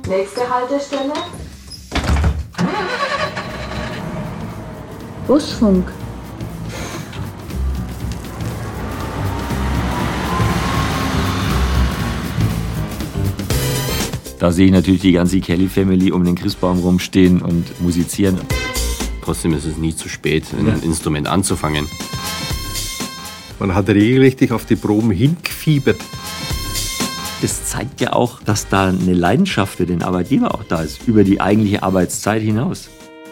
Nächste Haltestelle. Busfunk. Da sehe ich natürlich die ganze Kelly-Family um den Christbaum rumstehen und musizieren. Trotzdem ist es nie zu spät, ein Instrument anzufangen. Man hat regelmäßig auf die Proben hingefiebert. Das zeigt ja auch, dass da eine Leidenschaft für den Arbeitgeber auch da ist, über die eigentliche Arbeitszeit hinaus.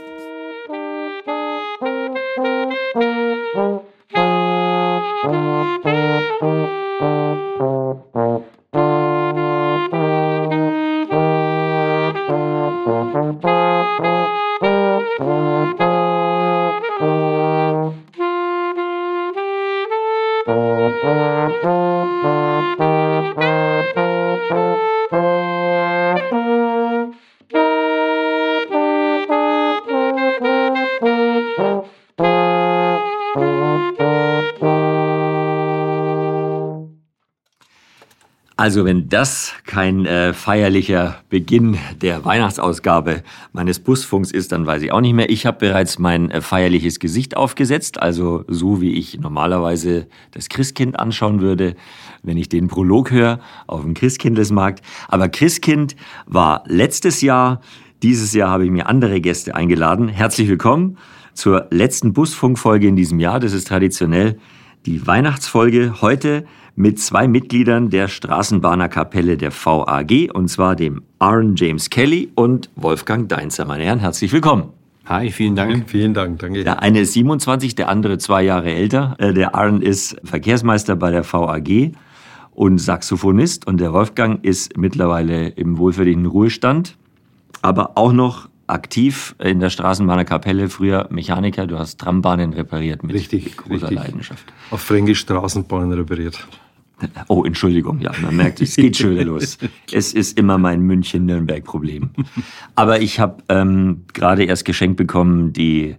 Also wenn das kein feierlicher Beginn der Weihnachtsausgabe meines Busfunks ist, dann weiß ich auch nicht mehr. Ich habe bereits mein feierliches Gesicht aufgesetzt, also so wie ich normalerweise das Christkind anschauen würde, wenn ich den Prolog höre auf dem Christkindlesmarkt. Aber Christkind war letztes Jahr, dieses Jahr habe ich mir andere Gäste eingeladen. Herzlich willkommen zur letzten Busfunkfolge in diesem Jahr. Das ist traditionell die Weihnachtsfolge heute mit zwei Mitgliedern der Straßenbahnerkapelle der VAG, und zwar dem Aaron James Kelly und Wolfgang Deinzer. Meine Herren, herzlich willkommen. Hi, vielen Dank. Vielen Dank, danke. Der eine ist 27, der andere 2 Jahre älter. Der Aaron ist Verkehrsmeister bei der VAG und Saxophonist, und der Wolfgang ist mittlerweile im wohlverdienten Ruhestand, aber auch noch aktiv in der Straßenbahnerkapelle, früher Mechaniker. Du hast Trambahnen repariert mit großer Leidenschaft. Auf Fränkisch Straßenbahnen repariert. Oh, Entschuldigung, ja, man merkt, es geht schon wieder los. Es ist immer mein München-Nürnberg-Problem. Aber ich habe gerade erst geschenkt bekommen die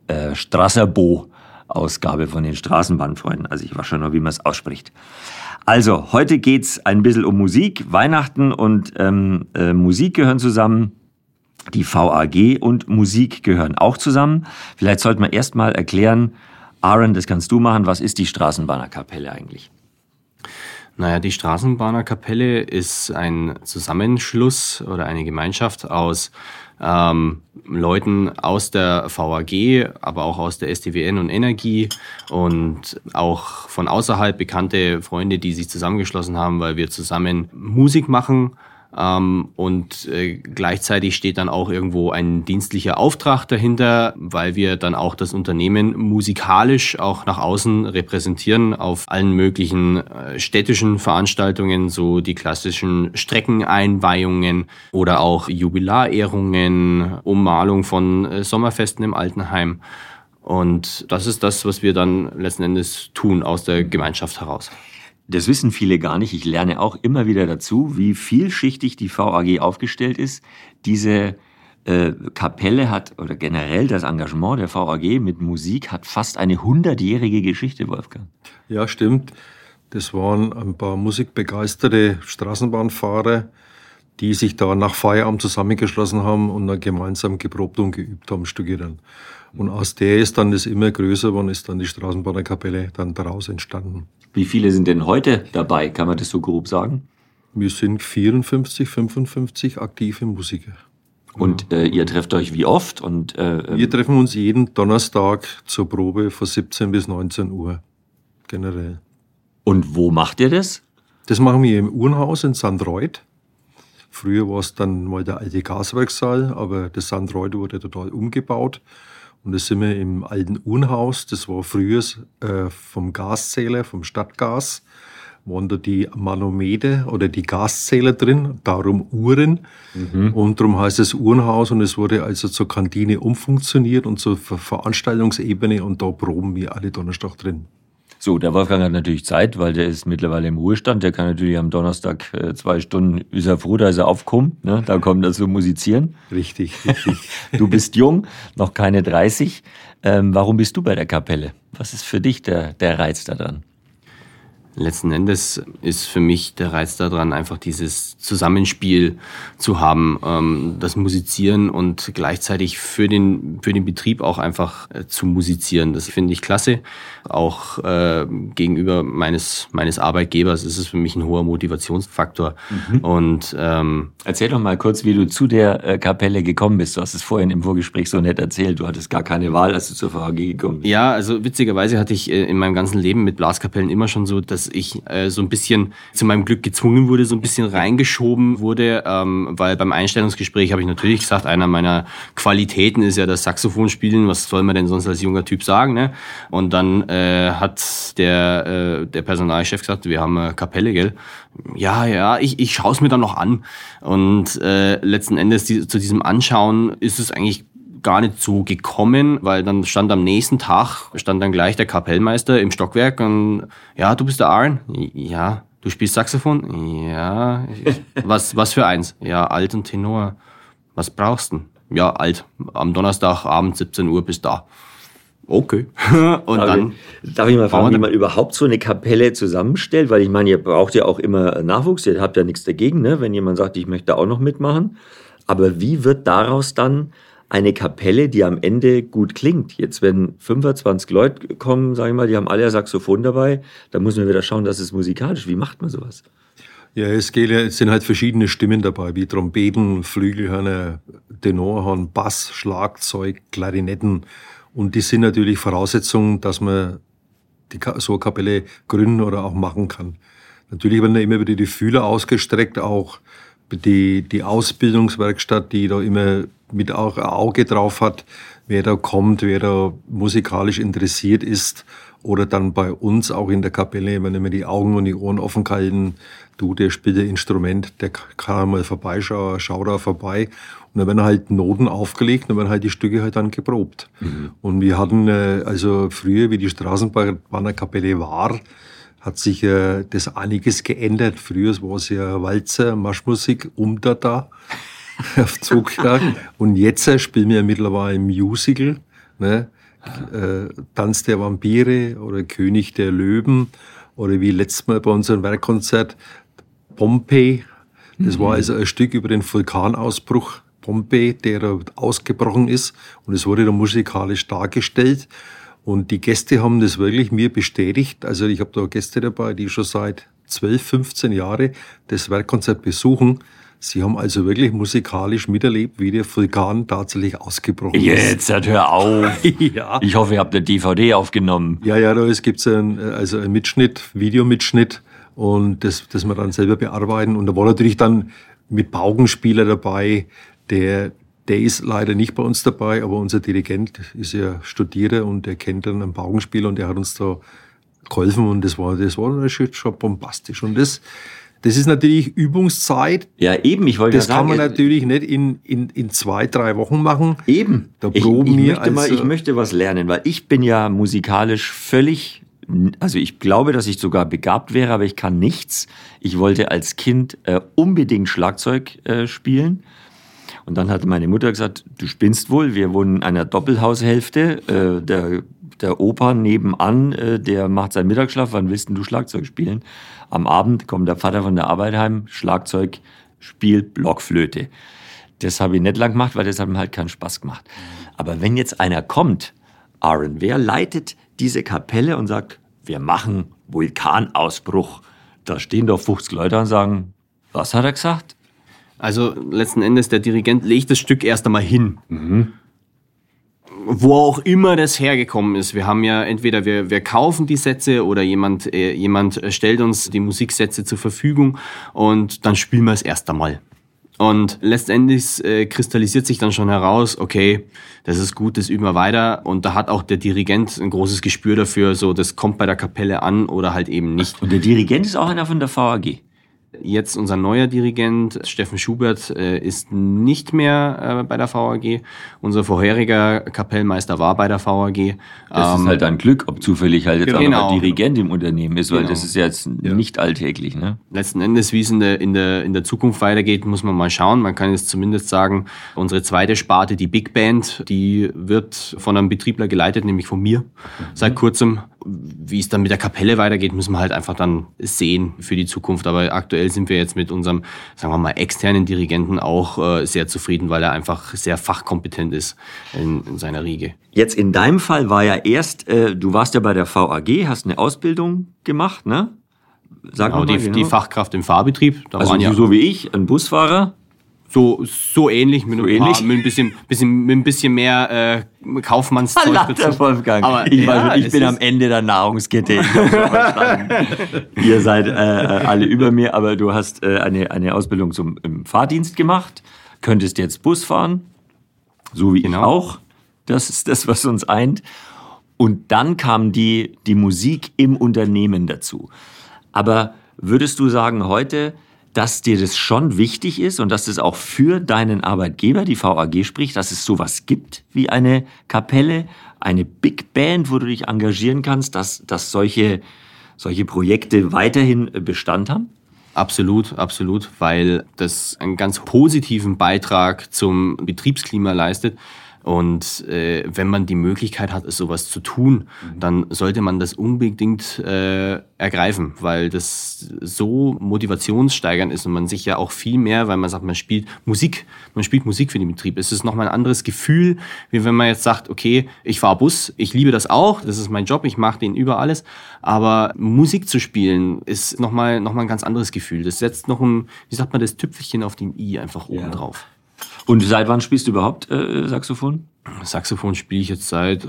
Strasserbo-Ausgabe von den Straßenbahnfreunden. Also ich weiß schon noch, wie man es ausspricht. Also, heute geht's ein bisschen um Musik. Weihnachten und Musik gehören zusammen. Die VAG und Musik gehören auch zusammen. Vielleicht sollten wir erst mal erklären, Aaron, das kannst du machen, was ist die Straßenbahnerkapelle eigentlich? Naja, die Straßenbahnerkapelle ist ein Zusammenschluss oder eine Gemeinschaft aus Leuten aus der VAG, aber auch aus der SDWN und Energie und auch von außerhalb bekannte Freunde, die sich zusammengeschlossen haben, weil wir zusammen Musik machen. Und gleichzeitig steht dann auch irgendwo ein dienstlicher Auftrag dahinter, weil wir dann auch das Unternehmen musikalisch auch nach außen repräsentieren auf allen möglichen städtischen Veranstaltungen, so die klassischen Streckeneinweihungen oder auch Jubilarehrungen, Ummalung von Sommerfesten im Altenheim. Und das ist das, was wir dann letzten Endes tun aus der Gemeinschaft heraus. Das wissen viele gar nicht. Ich lerne auch immer wieder dazu, wie vielschichtig die VAG aufgestellt ist. Diese Kapelle hat, oder generell das Engagement der VAG mit Musik hat fast eine 100-jährige Geschichte, Wolfgang. Ja, stimmt. Das waren ein paar musikbegeisterte Straßenbahnfahrer, die sich da nach Feierabend zusammengeschlossen haben und dann gemeinsam geprobt und geübt haben, studiert. Und aus der ist dann das immer größer geworden, ist dann die Straßenbahnerkapelle dann daraus entstanden. Wie viele sind denn heute dabei? Kann man das so grob sagen? Wir sind 54, 55 aktive Musiker. Und ihr trefft euch wie oft? Und wir treffen uns jeden Donnerstag zur Probe von 17 bis 19 Uhr, generell. Und wo macht ihr das? Das machen wir im Uhrenhaus in St. Reuth. Früher war es dann mal der alte Gaswerkssaal, aber das St. Reuth wurde total umgebaut. Und da sind wir im alten Uhrenhaus, das war früher vom Gaszähler, vom Stadtgas, waren da die Manometer oder die Gaszähler drin, darum Uhren. Und darum heißt es Uhrenhaus, und es wurde also zur Kantine umfunktioniert und zur Veranstaltungsebene, und da proben wir alle Donnerstag drin. So, der Wolfgang hat natürlich Zeit, weil der ist mittlerweile im Ruhestand. Der kann natürlich am Donnerstag 2 Stunden, ist er froh, dass er aufkommt. Ne? Da kommt er zu musizieren. Richtig, richtig. Du bist jung, noch keine 30. Warum bist du bei der Kapelle? Was ist für dich der Reiz daran? Letzten Endes ist für mich der Reiz daran, einfach dieses Zusammenspiel zu haben, das Musizieren und gleichzeitig für den Betrieb auch einfach zu musizieren. Das finde ich klasse. Auch gegenüber meines Arbeitgebers ist es für mich ein hoher Motivationsfaktor. Und erzähl doch mal kurz, wie du zu der Kapelle gekommen bist. Du hast es vorhin im Vorgespräch so nett erzählt. Du hattest gar keine Wahl, als du zur VAG gekommen bist. Ja, also witzigerweise hatte ich in meinem ganzen Leben mit Blaskapellen immer schon so, dass ich so ein bisschen zu meinem Glück gezwungen wurde, so ein bisschen reingeschoben wurde, weil beim Einstellungsgespräch habe ich natürlich gesagt, einer meiner Qualitäten ist ja das Saxophonspielen, was soll man denn sonst als junger Typ sagen, ne? Und dann hat der Personalchef gesagt, wir haben eine Kapelle, gell? Ja, ich schaue es mir dann noch an. Und letzten Endes zu diesem Anschauen ist es eigentlich gar nicht so gekommen, weil dann stand am nächsten Tag, dann gleich der Kapellmeister im Stockwerk und ja, du bist der Aaron? Ja. Du spielst Saxophon? Ja. Was für eins? Ja, Alt und Tenor. Was brauchst du denn? Ja, Alt. Am Donnerstagabend 17 Uhr bis da. Okay. Und dann darf ich mal fragen, wie man überhaupt so eine Kapelle zusammenstellt? Weil ich meine, ihr braucht ja auch immer Nachwuchs, ihr habt ja nichts dagegen, ne? Wenn jemand sagt, ich möchte auch noch mitmachen. Aber wie wird daraus dann eine Kapelle, die am Ende gut klingt? Jetzt, wenn 25 Leute kommen, sage ich mal, die haben alle ein Saxophon dabei, dann muss man wieder schauen, dass es musikalisch. Wie macht man sowas? Ja, es sind halt verschiedene Stimmen dabei, wie Trompeten, Flügelhörner, Tenorhorn, Bass, Schlagzeug, Klarinetten. Und die sind natürlich Voraussetzungen, dass man so eine Kapelle gründen oder auch machen kann. Natürlich werden da immer wieder die Fühler ausgestreckt, auch die Ausbildungswerkstatt, die da immer mit auch ein Auge drauf hat, wer da kommt, wer da musikalisch interessiert ist. Oder dann bei uns auch in der Kapelle, wenn wir die Augen und die Ohren offen halten, der spielt ein Instrument, der kann mal vorbeischauen, schau da vorbei. Und dann werden halt Noten aufgelegt und dann werden halt die Stücke halt dann geprobt. Und wir hatten, also früher, wie die Straßenbahner Kapelle war, hat sich das einiges geändert. Früher war es ja Walzer, Marschmusik, da auf Zugschlag. Und jetzt spielen wir mittlerweile Musical, ne? Tanz der Vampire oder König der Löwen oder wie letztes Mal bei unserem Werkkonzert Pompeii. Das war also ein Stück über den Vulkanausbruch Pompeii, der da ausgebrochen ist, und es wurde dann musikalisch dargestellt. Und die Gäste haben das wirklich mir bestätigt. Also ich habe da Gäste dabei, die schon seit 12, 15 Jahren das Werkkonzert besuchen. Sie haben also wirklich musikalisch miterlebt, wie der Vulkan tatsächlich ausgebrochen ist. Jetzt hör auf. Ja. Ich hoffe, ihr habt eine DVD aufgenommen. Ja, da gibt's einen Mitschnitt, Videomitschnitt, und das wir dann selber bearbeiten. Und da war natürlich dann mit Paukenspieler dabei, der ist leider nicht bei uns dabei, aber unser Dirigent ist ja Studierer und der kennt dann einen Paukenspieler und der hat uns da geholfen, und das war schon bombastisch. Und das ist natürlich Übungszeit. Ja, eben, ich wollte das sagen. Das kann man natürlich nicht in 2-3 Wochen machen. Eben. Da proben ich möchte was lernen, weil ich bin ja musikalisch völlig, also ich glaube, dass ich sogar begabt wäre, aber ich kann nichts. Ich wollte als Kind unbedingt Schlagzeug spielen. Und dann hat meine Mutter gesagt, du spinnst wohl, wir wohnen in einer Doppelhaushälfte, der Opa nebenan, der macht seinen Mittagsschlaf, wann willst denn du Schlagzeug spielen? Am Abend kommt der Vater von der Arbeit heim, Schlagzeug, spielt Blockflöte. Das habe ich nicht lang gemacht, weil das hat mir halt keinen Spaß gemacht. Aber wenn jetzt einer kommt, Aaron, wer leitet diese Kapelle und sagt, wir machen Vulkanausbruch? Da stehen doch 50 Leute und sagen, was hat er gesagt? Also letzten Endes, der Dirigent legt das Stück erst einmal hin. Wo auch immer das hergekommen ist. Wir haben ja entweder wir kaufen die Sätze oder jemand stellt uns die Musiksätze zur Verfügung und dann spielen wir es erst einmal. Und letztendlich kristallisiert sich dann schon heraus, okay, das ist gut, das üben wir weiter. Und da hat auch der Dirigent ein großes Gespür dafür, so das kommt bei der Kapelle an oder halt eben nicht. Und der Dirigent ist auch einer von der VAG? Jetzt unser neuer Dirigent, Steffen Schubert, ist nicht mehr bei der VAG. Unser vorheriger Kapellmeister war bei der VAG. Das ist halt ein Glück, ob zufällig halt jetzt auch noch ein Dirigent im Unternehmen ist, weil das ist ja jetzt nicht alltäglich. Ne? Letzten Endes, wie es in der Zukunft weitergeht, muss man mal schauen. Man kann jetzt zumindest sagen, unsere zweite Sparte, die Big Band, die wird von einem Betriebler geleitet, nämlich von mir seit kurzem. wie es dann mit der Kapelle weitergeht, müssen wir halt einfach dann sehen für die Zukunft. Aber aktuell sind wir jetzt mit unserem, sagen wir mal, externen Dirigenten auch sehr zufrieden, weil er einfach sehr fachkompetent ist in seiner Riege. Jetzt in deinem Fall war ja erst, du warst ja bei der VAG, hast eine Ausbildung gemacht, ne? Sag Genau, mal die Fachkraft im Fahrbetrieb. Da also waren ja so wie ich, ein Busfahrer. So ähnlich, mit ein bisschen mehr Kaufmannszeug dazu. Wolfgang. Aber ich ja, weiß, ich bin am Ende der Nahrungskette. Ich hab's schon verstanden. Ihr seid alle über mir, aber du hast eine Ausbildung im Fahrdienst gemacht, könntest jetzt Bus fahren, so wie ich auch. Das ist das, was uns eint. Und dann kam die Musik im Unternehmen dazu. Aber würdest du sagen heute, dass dir das schon wichtig ist und dass es auch für deinen Arbeitgeber, die VAG, spricht, dass es sowas gibt wie eine Kapelle, eine Big Band, wo du dich engagieren kannst, dass solche Projekte weiterhin Bestand haben? Absolut, weil das einen ganz positiven Beitrag zum Betriebsklima leistet. Und wenn man die Möglichkeit hat, sowas zu tun, dann sollte man das unbedingt ergreifen, weil das so motivationssteigernd ist und man sich ja auch viel mehr, weil man sagt, man spielt Musik für den Betrieb. Es ist nochmal ein anderes Gefühl, wie wenn man jetzt sagt, okay, ich fahre Bus, ich liebe das auch, das ist mein Job, ich mache den über alles, aber Musik zu spielen ist nochmal ein ganz anderes Gefühl. Das setzt noch das Tüpfelchen auf dem i einfach oben drauf. Und seit wann spielst du überhaupt Saxophon? Saxophon spiele ich jetzt seit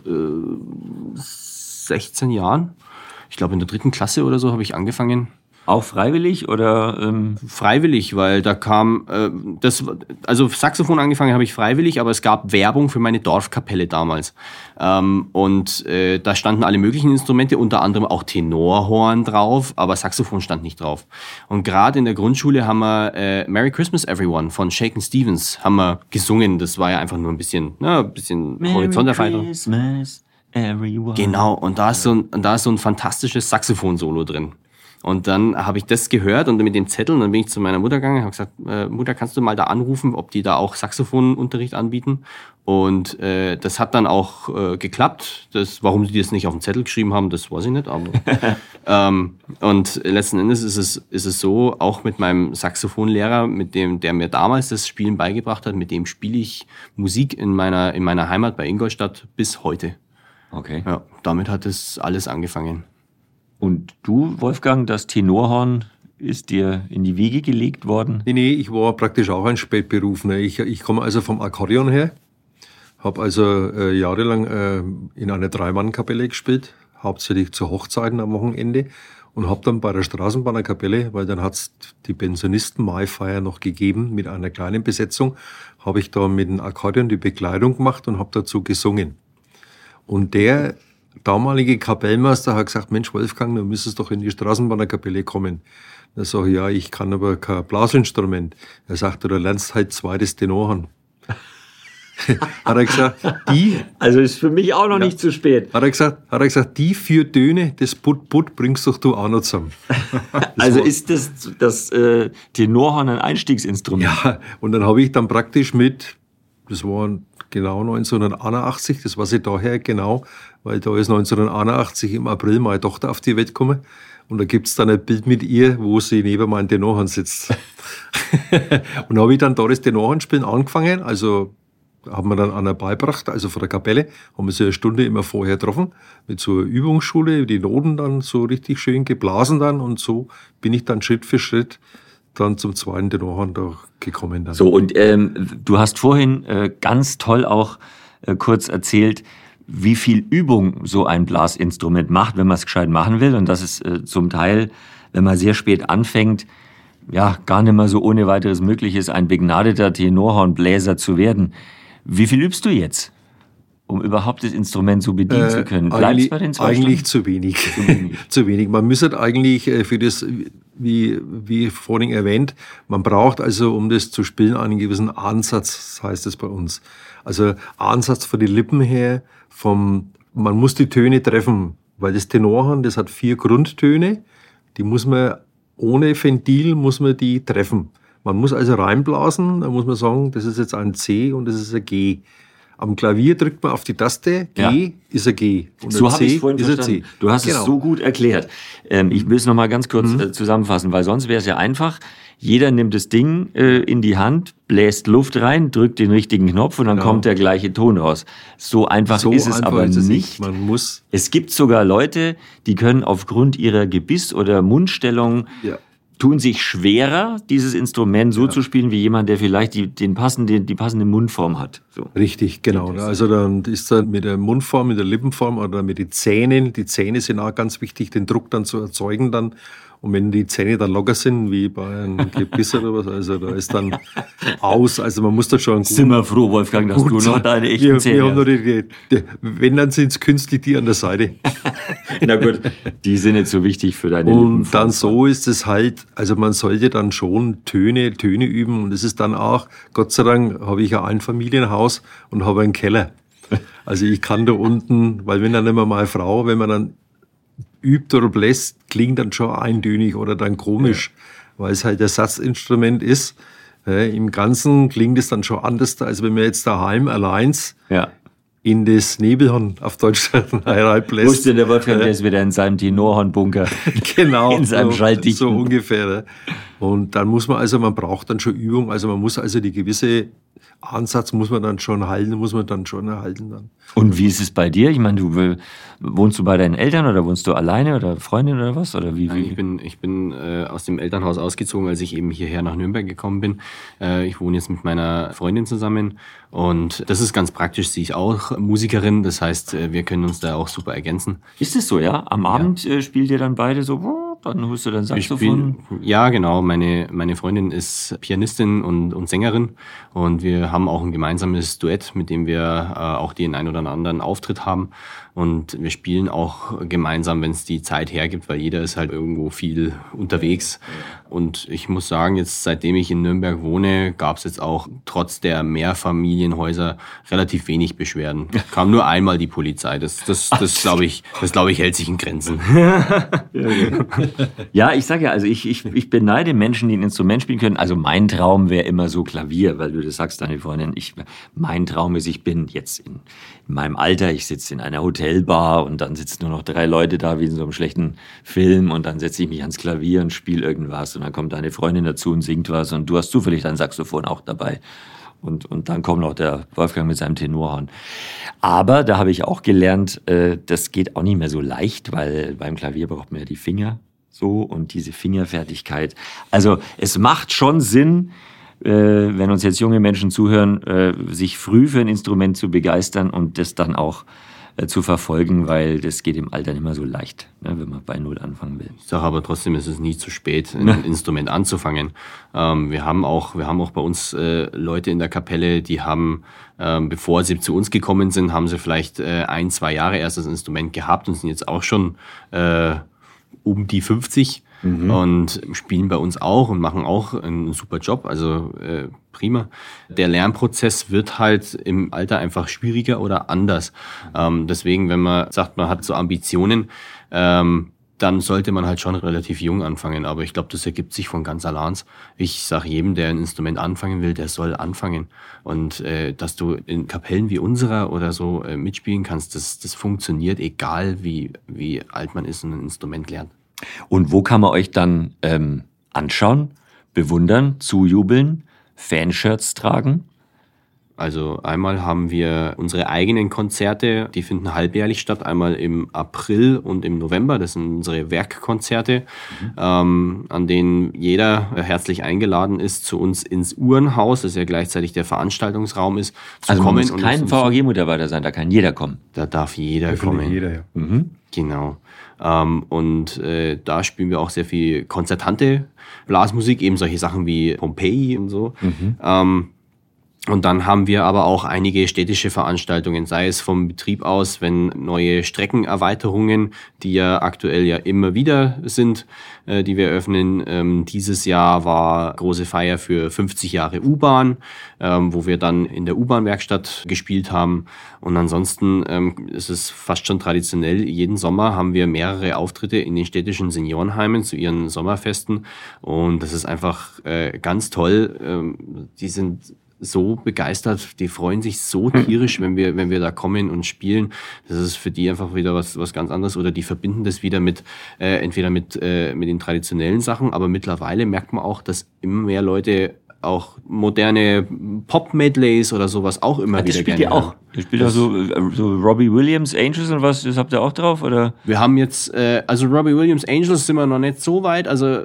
16 Jahren. Ich glaube, in der 3. Klasse oder so habe ich angefangen. Auch freiwillig oder? Freiwillig, weil da kam Saxophon angefangen habe ich freiwillig, aber es gab Werbung für meine Dorfkapelle damals. Und da standen alle möglichen Instrumente, unter anderem auch Tenorhorn drauf, aber Saxophon stand nicht drauf. Und gerade in der Grundschule haben wir Merry Christmas Everyone von Shakin' Stevens haben wir gesungen. Das war ja einfach nur ein bisschen Horizonterweiterung. Merry Christmas Everyone. Genau, und da ist so ein fantastisches Saxophon-Solo drin. Und dann habe ich das gehört und mit dem Zettel, und dann bin ich zu meiner Mutter gegangen und habe gesagt, Mutter, kannst du mal da anrufen, ob die da auch Saxophonunterricht anbieten? Und das hat dann auch geklappt. Warum sie das nicht auf den Zettel geschrieben haben, das weiß ich nicht. Aber und letzten Endes ist es so, auch mit meinem Saxophonlehrer, der mir damals das Spielen beigebracht hat, mit dem spiele ich Musik in meiner Heimat bei Ingolstadt bis heute. Okay. Ja, damit hat es alles angefangen. Und du, Wolfgang, das Tenorhorn ist dir in die Wiege gelegt worden? Nee, ich war praktisch auch ein Spätberufener. Ich komme also vom Akkordeon her, habe also jahrelang in einer 3-Mann-Kapelle gespielt, hauptsächlich zu Hochzeiten am Wochenende und habe dann bei der Straßenbahnerkapelle, weil dann hat es die Pensionisten-Maifeier noch gegeben mit einer kleinen Besetzung, habe ich da mit dem Akkordeon die Begleitung gemacht und habe dazu gesungen. Und der damalige Kapellmeister hat gesagt, Mensch Wolfgang, du müsstest doch in die Straßenbahnerkapelle kommen. Da sage ich, ja, ich kann aber kein Blasinstrument. Er sagte, du lernst halt zweites Tenorhorn. Hat er gesagt, Also ist für mich auch noch nicht zu spät. Hat er gesagt, die 4 Töne, das Put-Put bringst doch du auch noch zusammen. Also ist das Tenorhorn ein Einstiegsinstrument? Ja, und dann habe ich dann praktisch das war genau 1981, das weiß ich daher genau, weil da ist 1981 im April meine Tochter auf die Welt gekommen und da gibt's dann ein Bild mit ihr, wo sie neben meinem Tenorhorn sitzt. Und habe ich dann da das Tenorhornspielen angefangen, also haben wir dann einer beigebracht, also von der Kapelle, haben wir sie eine Stunde immer vorher getroffen, mit so einer Übungsschule, die Noten dann so richtig schön geblasen dann und so bin ich dann Schritt für Schritt dann zum zweiten Tenorhorn da gekommen. Dann. So, und du hast vorhin ganz toll auch kurz erzählt, wie viel Übung so ein Blasinstrument macht, wenn man es gescheit machen will. Und das ist zum Teil, wenn man sehr spät anfängt, ja, gar nicht mehr so ohne weiteres möglich ist, ein begnadeter Tenorhornbläser zu werden. Wie viel übst du jetzt, um überhaupt das Instrument so bedienen zu können? Bleibst du bei den 2 Eigentlich Stunden? zu wenig. Zu wenig. Man müsste eigentlich für das, wie vorhin erwähnt, man braucht also, um das zu spielen, einen gewissen Ansatz, heißt es bei uns. Also Ansatz von den Lippen her, man muss die Töne treffen, weil das Tenorhorn, das hat 4 Grundtöne, die muss man ohne Ventil muss man die treffen. Man muss also reinblasen, da muss man sagen, das ist jetzt ein C und das ist ein G. Am Klavier drückt man auf die Taste, G Ja. ist ein G. Und So ein habe ich C es vorhin ist ein verstanden. C. Du hast Genau. es so gut erklärt. Ich will es noch mal ganz kurz zusammenfassen, weil sonst wäre es ja einfach. Jeder nimmt das Ding in die Hand, bläst Luft rein, drückt den richtigen Knopf und dann kommt der gleiche Ton raus. So einfach So ist es einfach aber ist es nicht. Man muss Es gibt sogar Leute, die können aufgrund ihrer Gebiss- oder Mundstellung tun sich schwerer, dieses Instrument so zu spielen, wie jemand, der vielleicht die passende Mundform hat. So. richtig, genau. Also dann ist dann mit der Mundform, mit der Lippenform oder mit den Zähnen. Die Zähne sind auch ganz wichtig, den Druck dann zu erzeugen dann. Und wenn die Zähne dann locker sind, wie bei einem Gebiss oder was, also da ist dann aus. Also man muss da schon Sind wir froh, Wolfgang, dass du noch deine echten Zähne wir haben nur hast. wenn, dann sind es künstlich die an der Seite. Na gut, die sind nicht so wichtig für deine Und Lippenform. dann so ist es halt, also man sollte dann schon Töne üben und es ist dann auch, Gott sei Dank habe ich ein Einfamilienhaus und habe einen Keller. Also ich kann da unten, weil wenn dann immer meine Frau, wenn man dann übt oder bläst, klingt dann schon eintönig oder dann komisch, weil es halt Ersatzinstrument ist. Im Ganzen klingt es dann schon anders, als wenn man jetzt daheim allein Ja. in das Nebelhorn auf Deutsch reinbläst. Wusste der Wolfgang, der ist wieder in seinem Tenorhornbunker. Genau, In seinem so, Schalldichten. so ungefähr. Ne? Und dann muss man, also man braucht dann schon Übung, also man muss also die gewisse Ansatz muss man dann schon halten, muss man dann schon erhalten dann. Und wie ist es bei dir? Ich meine, wohnst du bei deinen Eltern oder wohnst du alleine oder Freundin oder was? Oder wie? Nein, ich bin aus dem Elternhaus ausgezogen, als ich eben hierher nach Nürnberg gekommen bin. Ich wohne jetzt mit meiner Freundin zusammen und das ist ganz praktisch. Sie ist auch Musikerin, das heißt, wir können uns da auch super ergänzen. Ist es so, ja? Am Abend spielt ihr dann beide so, dann holst du dann Saxophon? Ja, genau. Meine Freundin ist Pianistin und Sängerin und wir haben auch ein gemeinsames Duett, mit dem wir auch den ein oder anderen Auftritt haben. Und wir spielen auch gemeinsam, wenn es die Zeit hergibt, weil jeder ist halt irgendwo viel unterwegs. Und ich muss sagen, jetzt seitdem ich in Nürnberg wohne, gab es jetzt auch trotz der Mehrfamilienhäuser relativ wenig Beschwerden. Kam nur einmal die Polizei. Das glaube ich, hält sich in Grenzen. Ja, ich sage ja, also ich beneide Menschen, die ein Instrument spielen können. Also mein Traum wäre immer so Klavier, weil du das sagst, deine Freundin. Mein Traum ist, ich bin jetzt in meinem Alter, ich sitze in einer Hotelbar und dann sitzen nur noch 3 Leute da, wie in so einem schlechten Film und dann setze ich mich ans Klavier und spiele irgendwas und dann kommt deine Freundin dazu und singt was und du hast zufällig dein Saxophon auch dabei. Und dann kommt noch der Wolfgang mit seinem Tenorhorn. Aber da habe ich auch gelernt, das geht auch nicht mehr so leicht, weil beim Klavier braucht man ja die Finger so und diese Fingerfertigkeit. Also es macht schon Sinn, wenn uns jetzt junge Menschen zuhören, sich früh für ein Instrument zu begeistern und das dann auch zu verfolgen, weil das geht im Alter nicht mehr so leicht, ne, wenn man bei Null anfangen will. Ich sage aber trotzdem, es ist nie zu spät, ein Instrument anzufangen. Wir haben auch bei uns Leute in der Kapelle, die haben, bevor sie zu uns gekommen sind, haben sie vielleicht 1-2 Jahre erst das Instrument gehabt und sind jetzt auch schon um die 50 und spielen bei uns auch und machen auch einen super Job, also prima. Der Lernprozess wird halt im Alter einfach schwieriger oder anders. Deswegen, wenn man sagt, man hat so Ambitionen, dann sollte man halt schon relativ jung anfangen. Aber ich glaube, das ergibt sich von ganz allein. Ich sage jedem, der ein Instrument anfangen will, der soll anfangen. Und dass du in Kapellen wie unserer oder so mitspielen kannst, das funktioniert, egal wie alt man ist und ein Instrument lernt. Und wo kann man euch dann anschauen, bewundern, zujubeln, Fanshirts tragen? Also einmal haben wir unsere eigenen Konzerte, die finden halbjährlich statt, einmal im April und im November. Das sind unsere Werkkonzerte, an denen jeder herzlich eingeladen ist, zu uns ins Uhrenhaus, das ja gleichzeitig der Veranstaltungsraum ist, zu Also man kommen. muss kein VAG-Mitarbeiter sein, da kann jeder kommen. Da darf jeder Findet kommen. jeder, ja. Genau. Und da spielen wir auch sehr viel konzertante Blasmusik, eben solche Sachen wie Pompeii und so. Und dann haben wir aber auch einige städtische Veranstaltungen, sei es vom Betrieb aus, wenn neue Streckenerweiterungen, die ja aktuell ja immer wieder sind, die wir eröffnen. Dieses Jahr war große Feier für 50 Jahre U-Bahn, wo wir dann in der U-Bahn-Werkstatt gespielt haben. Und ansonsten ist es fast schon traditionell, jeden Sommer haben wir mehrere Auftritte in den städtischen Seniorenheimen zu ihren Sommerfesten. Und das ist einfach ganz toll. Die sind so begeistert, die freuen sich so tierisch, wenn wir da kommen und spielen. Das ist für die einfach wieder was ganz anderes, oder die verbinden das wieder mit entweder mit den traditionellen Sachen, aber mittlerweile merkt man auch, dass immer mehr Leute auch moderne Pop-Medleys oder sowas auch immer wieder spielt gerne ihr auch. Ihr spielt auch so Robbie Williams, Angels und was, das habt ihr auch drauf, oder? Wir haben jetzt, also Robbie Williams, Angels sind wir noch nicht so weit, also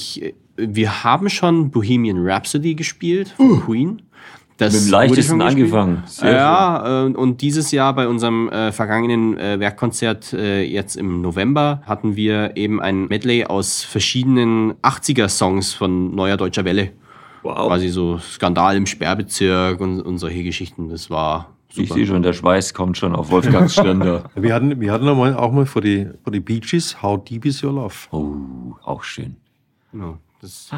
wir haben schon Bohemian Rhapsody gespielt von Queen. Das mit dem leichtesten angefangen. Ja, und dieses Jahr bei unserem vergangenen Werkkonzert jetzt im November hatten wir eben ein Medley aus verschiedenen 80er-Songs von Neuer Deutscher Welle. Wow. Quasi so Skandal im Sperrbezirk und solche Geschichten. Das war super. Ich sehe schon, der Schweiß kommt schon auf Wolfgangs Stirn da. Wir hatten auch mal vor die Bee Gees, How Deep Is Your Love. Oh, auch schön. Genau. Das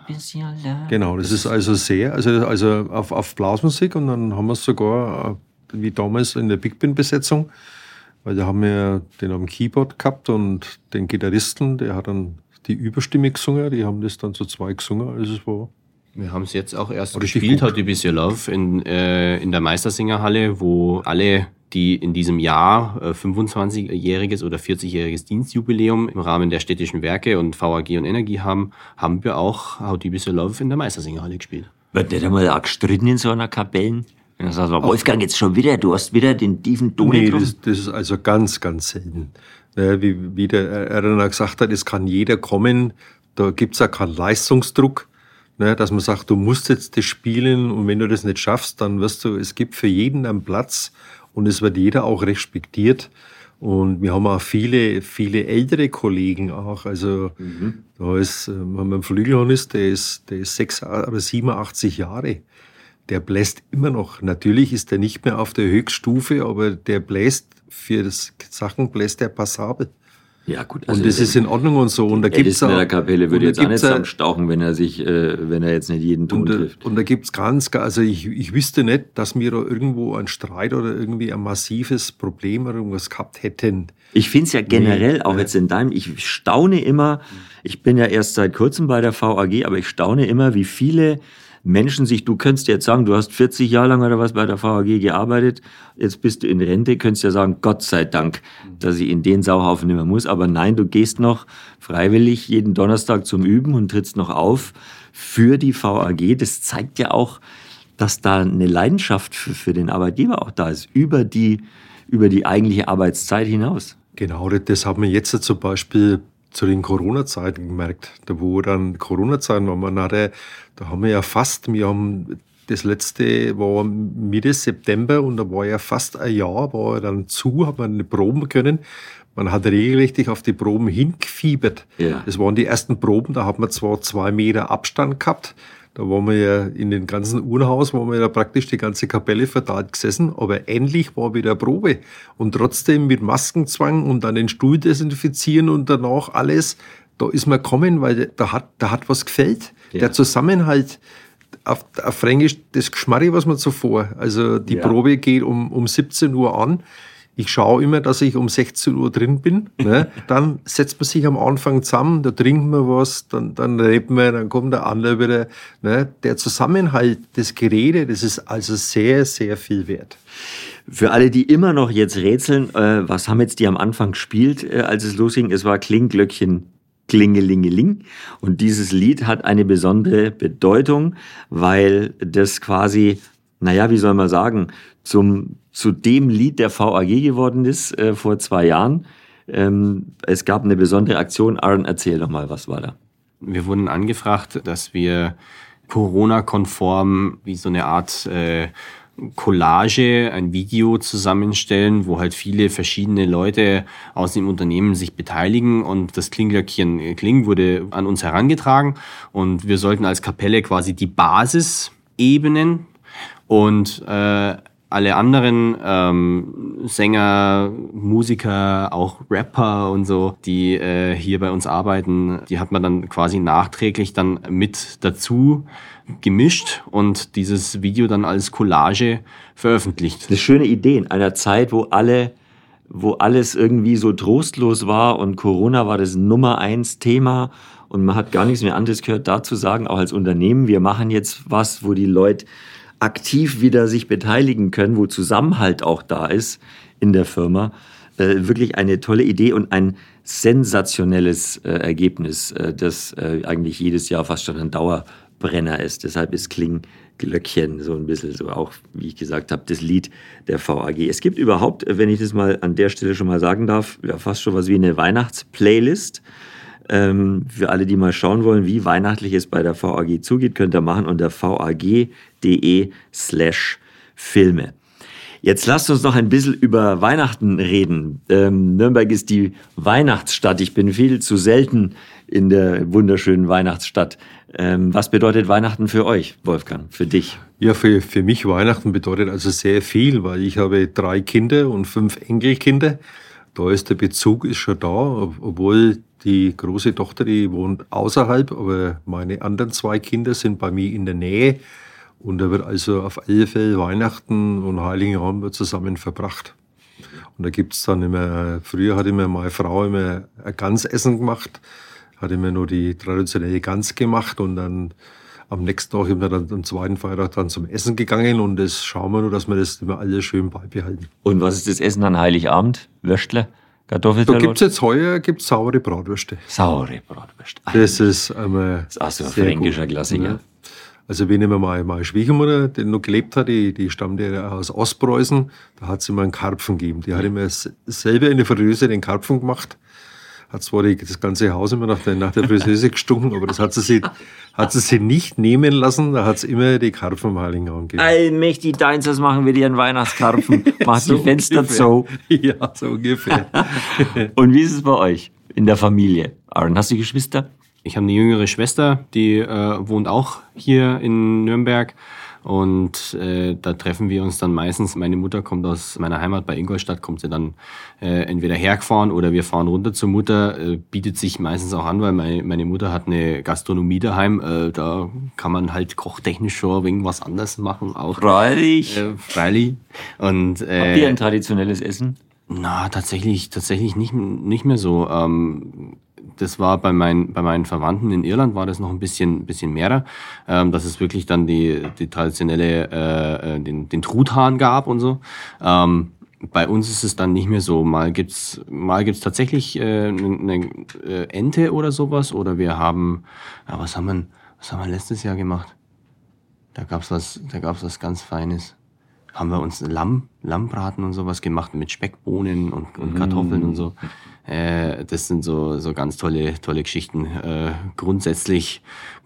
Genau, das ist also sehr, also auf Blasmusik, und dann haben wir es sogar, wie damals in der Big Band-Besetzung, weil da haben wir den am Keyboard gehabt und den Gitarristen, der hat dann die Überstimme gesungen, die haben das dann zu zweit gesungen, also es war... Wir haben es jetzt auch erst Richtig gespielt, gut. How Deep Is Your Love, in der Meistersingerhalle, wo alle, die in diesem Jahr 25-jähriges oder 40-jähriges Dienstjubiläum im Rahmen der städtischen Werke und VAG und Energie haben wir auch How Deep Is Your Love in der Meistersingerhalle gespielt. Wird der da mal auch gestritten in so einer Kapelle? Wenn er sagt, Wolfgang, jetzt schon wieder, du hast wieder den tiefen Ton getroffen. das ist also ganz, ganz selten. Wie er dann auch gesagt hat, es kann jeder kommen, da gibt es auch keinen Leistungsdruck. Dass man sagt, du musst jetzt das spielen, und wenn du das nicht schaffst, dann wirst du, es gibt für jeden einen Platz und es wird jeder auch respektiert. Und wir haben auch viele, viele ältere Kollegen auch. Also da haben wir einen Flügelhornist, der ist 6 oder 87 Jahre. Der bläst immer noch. Natürlich ist er nicht mehr auf der Höchststufe, aber der bläst für das Sachen bläst er passabel. Ja, gut. Und das ist in Ordnung und so. Und da gibt's in der Kapelle würde jetzt auch nicht gibt's zusammenstauchen, wenn er jetzt nicht jeden Ton trifft. Und da gibt's also ich wüsste nicht, dass wir da irgendwo einen Streit oder irgendwie ein massives Problem oder irgendwas gehabt hätten. Ich finde es ja generell, auch jetzt in deinem, ich staune immer, ich bin ja erst seit kurzem bei der VAG, aber ich staune immer, wie viele Menschen du könntest jetzt sagen, du hast 40 Jahre lang oder was bei der VAG gearbeitet, jetzt bist du in Rente, könntest ja sagen, Gott sei Dank, dass ich in den Sauhaufen nicht mehr muss, aber nein, du gehst noch freiwillig jeden Donnerstag zum Üben und trittst noch auf für die VAG. Das zeigt ja auch, dass da eine Leidenschaft für den Arbeitgeber auch da ist, über die eigentliche Arbeitszeit hinaus. Genau, das haben wir jetzt zum Beispiel zu den Corona-Zeiten gemerkt, da wo dann Corona-Zeiten waren, da haben wir das letzte war Mitte September und da war ja fast ein Jahr, war dann zu, hat man nicht proben können. Man hat regelmäßig auf die Proben hingefiebert. Ja. Das waren die ersten Proben, da hat man zwar 2 Meter Abstand gehabt, da waren wir ja in den ganzen Uhrenhaus, waren wir ja praktisch die ganze Kapelle verteilt gesessen, aber endlich war wieder Probe. Und trotzdem mit Maskenzwang und dann den Stuhl desinfizieren und danach alles, da ist man gekommen, weil da hat was gefällt. Ja. Der Zusammenhalt, auf Fränkisch, das Geschmarri, was man zuvor, also die Probe geht um 17 Uhr an. Ich schaue immer, dass ich um 16 Uhr drin bin. Ne? Dann setzt man sich am Anfang zusammen, da trinken wir was, dann redet man, dann kommt der andere wieder. Ne? Der Zusammenhalt, das Gerede, das ist also sehr, sehr viel wert. Für alle, die immer noch jetzt rätseln, was haben jetzt die am Anfang gespielt, als es losging? Es war Klingglöckchen, Klingelingeling. Und dieses Lied hat eine besondere Bedeutung, weil das quasi, wie soll man sagen, zu dem Lied der VAG geworden ist vor 2 Jahren. Es gab eine besondere Aktion. Aaron, erzähl doch mal, was war da? Wir wurden angefragt, dass wir Corona-konform wie so eine Art Collage, ein Video zusammenstellen, wo halt viele verschiedene Leute aus dem Unternehmen sich beteiligen, und das Klingglöckchen Kling wurde an uns herangetragen und wir sollten als Kapelle quasi die Basis ebnen und alle anderen Sänger, Musiker, auch Rapper und so, die hier bei uns arbeiten, die hat man dann quasi nachträglich dann mit dazu gemischt und dieses Video dann als Collage veröffentlicht. Das ist eine schöne Idee in einer Zeit, wo alles irgendwie so trostlos war und Corona war das Nummer 1 Thema und man hat gar nichts mehr anderes gehört, dazu sagen, auch als Unternehmen, wir machen jetzt was, wo die Leute aktiv wieder sich beteiligen können, wo Zusammenhalt auch da ist in der Firma. Wirklich eine tolle Idee und ein sensationelles Ergebnis, das eigentlich jedes Jahr fast schon ein Dauerbrenner ist. Deshalb ist Klingglöckchen so ein bisschen so auch, wie ich gesagt habe, das Lied der VAG. Es gibt überhaupt, wenn ich das mal an der Stelle schon mal sagen darf, ja, fast schon was wie eine Weihnachtsplaylist. Für alle, die mal schauen wollen, wie weihnachtlich es bei der VAG zugeht, könnt ihr machen unter vag.de/Filme. Jetzt lasst uns noch ein bisschen über Weihnachten reden. Nürnberg ist die Weihnachtsstadt. Ich bin viel zu selten in der wunderschönen Weihnachtsstadt. Was bedeutet Weihnachten für euch, Wolfgang, für dich? Ja, für mich Weihnachten bedeutet also sehr viel, weil ich habe 3 Kinder und 5 Enkelkinder. Da ist der Bezug ist schon da, obwohl die große Tochter, die wohnt außerhalb, aber meine anderen 2 Kinder sind bei mir in der Nähe. Und da wird also auf alle Fälle Weihnachten und Heiligen Abend zusammen verbracht. Und da gibt's dann immer, früher hat immer meine Frau immer ein Gansessen gemacht, hat immer nur die traditionelle Gans gemacht und dann am nächsten Tag sind wir dann am zweiten Feiertag dann zum Essen gegangen und das schauen wir nur, dass wir das immer alles schön beibehalten. Und was ist das Essen an Heiligabend? Würstle? Da Kartoffelsalat? gibt's jetzt heuer saure Bratwürste. Saure Bratwürste. Das ist Das ist auch so ein fränkischer Klassiker. Ja. Also wenn immer meine Schwiegermutter, die noch gelebt hat, die stammte ja aus Ostpreußen, da hat sie immer einen Karpfen gegeben. Die hat immer selber in der Fritteuse den Karpfen gemacht. Hat zwar das ganze Haus immer nach der Fritteuse gestunken, aber das hat sie sich nicht nehmen lassen. Da hat es immer die Karpfen am Heiligen Abend gegeben. Allmächtig deins, das machen wir dir einen Weihnachtskarpfen. Mach So die Fenster ungefähr. zu. Ja, so ungefähr. Und wie ist es bei euch in der Familie? Aaron, hast du Geschwister? Ich habe eine jüngere Schwester, die wohnt auch hier in Nürnberg. Und da treffen wir uns dann meistens. Meine Mutter kommt aus meiner Heimat bei Ingolstadt, kommt sie dann entweder hergefahren oder wir fahren runter zur Mutter. Bietet sich meistens auch an, weil meine Mutter hat eine Gastronomie daheim. Da kann man halt kochtechnisch schon irgendwas anderes machen. Auch Freilich. freilich. Und, Habt ihr ein traditionelles Essen? na, tatsächlich nicht mehr so. Das war bei meinen Verwandten in Irland war das noch ein bisschen mehrer, dass es wirklich dann die traditionelle den Truthahn gab und so. Bei uns ist es dann nicht mehr so. Mal gibt's tatsächlich eine Ente oder sowas, oder wir haben, ja, was haben wir letztes Jahr gemacht? Da gab's was ganz Feines. Haben wir uns Lammbraten und sowas gemacht mit Speckbohnen und Kartoffeln und so. Das sind so ganz tolle Geschichten. Grundsätzlich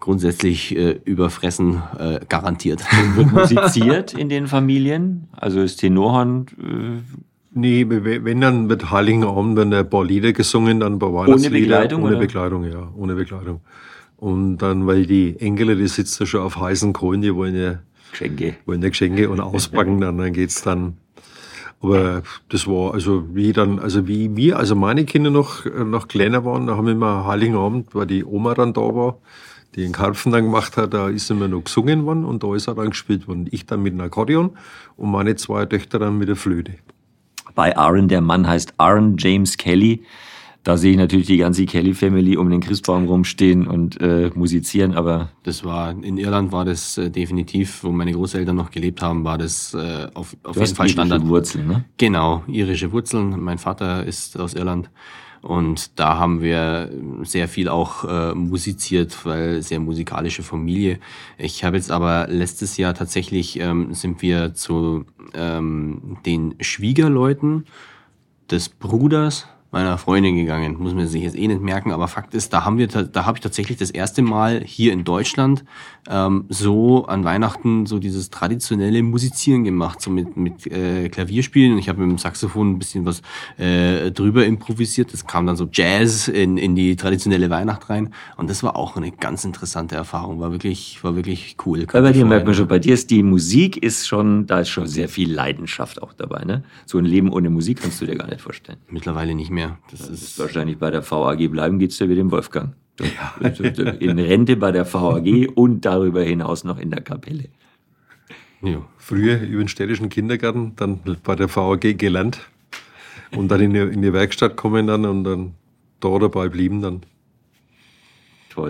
überfressen garantiert. Wird musiziert in den Familien? Also ist Tenorhorn Nee, wenn dann mit Heiligen Abend werden ein paar Lieder gesungen, dann ein paar Weihnachtslieder. Begleitung, Ohne oder? Begleitung, ja, ohne Begleitung. Und dann, weil die Enkel, die sitzen ja schon auf heißen Kohlen, die wollen ja Geschenke und auspacken, dann geht's dann. Aber das war, also wie meine Kinder noch kleiner waren, da haben wir immer Heiligen Abend, weil die Oma dann da war, die den Karpfen dann gemacht hat, da ist immer noch gesungen worden und da ist er dann gespielt worden. Ich dann mit dem Akkordeon und meine 2 Töchter dann mit der Flöte. Bei Aaron, der Mann heißt Aaron James Kelly. Da sehe ich natürlich die ganze Kelly-Family um den Christbaum rumstehen und musizieren, aber In Irland war das definitiv, wo meine Großeltern noch gelebt haben, war das auf jeden Fall Standard. Wurzeln, ne? Genau, irische Wurzeln. Mein Vater ist aus Irland und da haben wir sehr viel auch musiziert, weil sehr musikalische Familie. Ich habe jetzt aber letztes Jahr tatsächlich sind wir zu den Schwiegerleuten des Bruders meiner Freundin gegangen. Muss man sich jetzt nicht merken, aber Fakt ist, da habe ich tatsächlich das erste Mal hier in Deutschland so an Weihnachten so dieses traditionelle Musizieren gemacht, so mit Klavierspielen. Und ich habe mit dem Saxophon ein bisschen was drüber improvisiert. Das kam dann so Jazz in die traditionelle Weihnacht rein. Und das war auch eine ganz interessante Erfahrung. War wirklich cool. Weil bei dir merkt man schon, bei dir ist die Musik da ist schon sehr viel Leidenschaft auch dabei, ne? So ein Leben ohne Musik kannst du dir gar nicht vorstellen. Mittlerweile nicht mehr. Das ist wahrscheinlich bei der VAG bleiben, geht's dir wie dem Wolfgang. Ja. In Rente bei der VAG und darüber hinaus noch in der Kapelle. Ja. Früher über den städtischen Kindergarten, dann bei der VAG gelernt und dann in die Werkstatt kommen dann und dann da dabei blieben dann. Toll.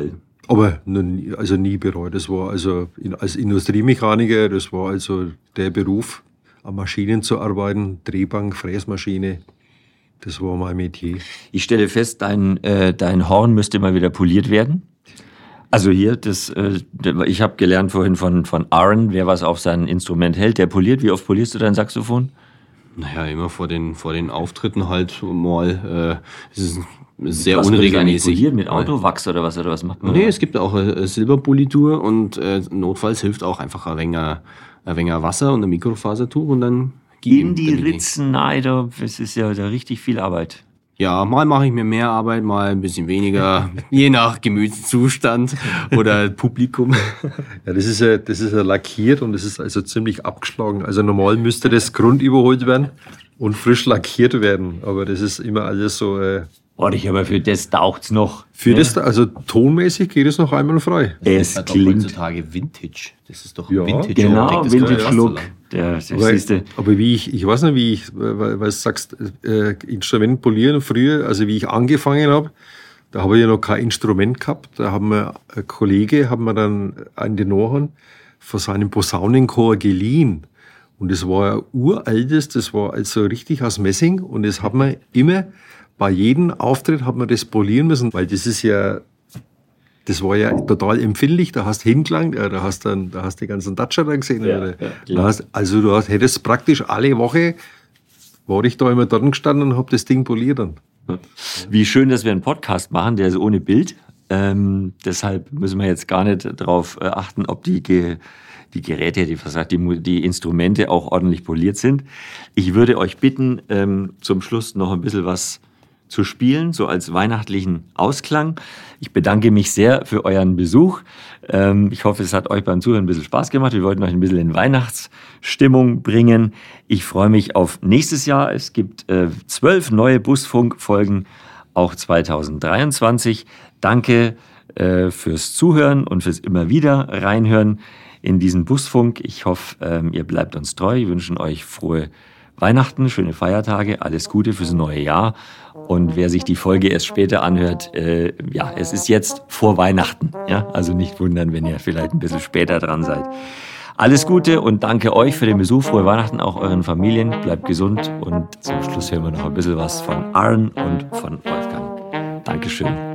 Aber nie bereut. Das war also als Industriemechaniker, das war also der Beruf, an Maschinen zu arbeiten, Drehbank, Fräsmaschine. Das war mein Metier. Ich stelle fest, dein Horn müsste mal wieder poliert werden. Also hier, ich habe gelernt vorhin von Aaron, wer was auf sein Instrument hält, der poliert. Wie oft polierst du dein Saxophon? Naja, immer vor den Auftritten halt mal. Es ist sehr was unregelmäßig. Poliert mit Autowachs oder was macht man? Nee, es gibt auch Silberpolitur und notfalls hilft auch einfach ein wenig Wasser und ein Mikrofasertuch und dann in die Ritzen, nein, das ist ja da richtig viel Arbeit. Ja, mal mache ich mir mehr Arbeit, mal ein bisschen weniger, je nach Gemütszustand oder Publikum. Ja, das ist ja lackiert und das ist also ziemlich abgeschlagen. Also normal müsste das grundüberholt werden und frisch lackiert werden, aber das ist immer alles so... Aber für das taucht's noch. Das, also tonmäßig geht es noch einwalfrei. Es klingt heutzutage Vintage. Das ist doch Vintage. Genau, Vintage-Look. Aber wie ich weiß nicht, weil du sagst, Instrument polieren früher, also wie ich angefangen habe, da habe ich ja noch kein Instrument gehabt. Da haben wir ein Kollege, dann an den Ohren von seinem Posaunenchor geliehen. Und das war ein uraltes, das war also richtig aus Messing und das hat man immer... Bei jedem Auftritt hat man das polieren müssen, weil das war ja total empfindlich. Da hast du Hinklang, da hast du die ganzen Datscher dann gesehen. Du hättest praktisch alle Woche, war ich da immer dort gestanden und habe das Ding poliert dann. Wie schön, dass wir einen Podcast machen, der ist ohne Bild. Deshalb müssen wir jetzt gar nicht darauf achten, ob die Geräte, die Instrumente auch ordentlich poliert sind. Ich würde euch bitten, zum Schluss noch ein bisschen was zu spielen, so als weihnachtlichen Ausklang. Ich bedanke mich sehr für euren Besuch. Ich hoffe, es hat euch beim Zuhören ein bisschen Spaß gemacht. Wir wollten euch ein bisschen in Weihnachtsstimmung bringen. Ich freue mich auf nächstes Jahr. Es gibt 12 neue Busfunk-Folgen, auch 2023. Danke fürs Zuhören und fürs immer wieder reinhören in diesen Busfunk. Ich hoffe, ihr bleibt uns treu. Wir wünschen euch frohe Weihnachten, schöne Feiertage, alles Gute fürs neue Jahr. Und wer sich die Folge erst später anhört, es ist jetzt vor Weihnachten. Ja? Also nicht wundern, wenn ihr vielleicht ein bisschen später dran seid. Alles Gute und danke euch für den Besuch. Frohe Weihnachten auch euren Familien. Bleibt gesund und zum Schluss hören wir noch ein bisschen was von Aaron und von Wolfgang. Dankeschön.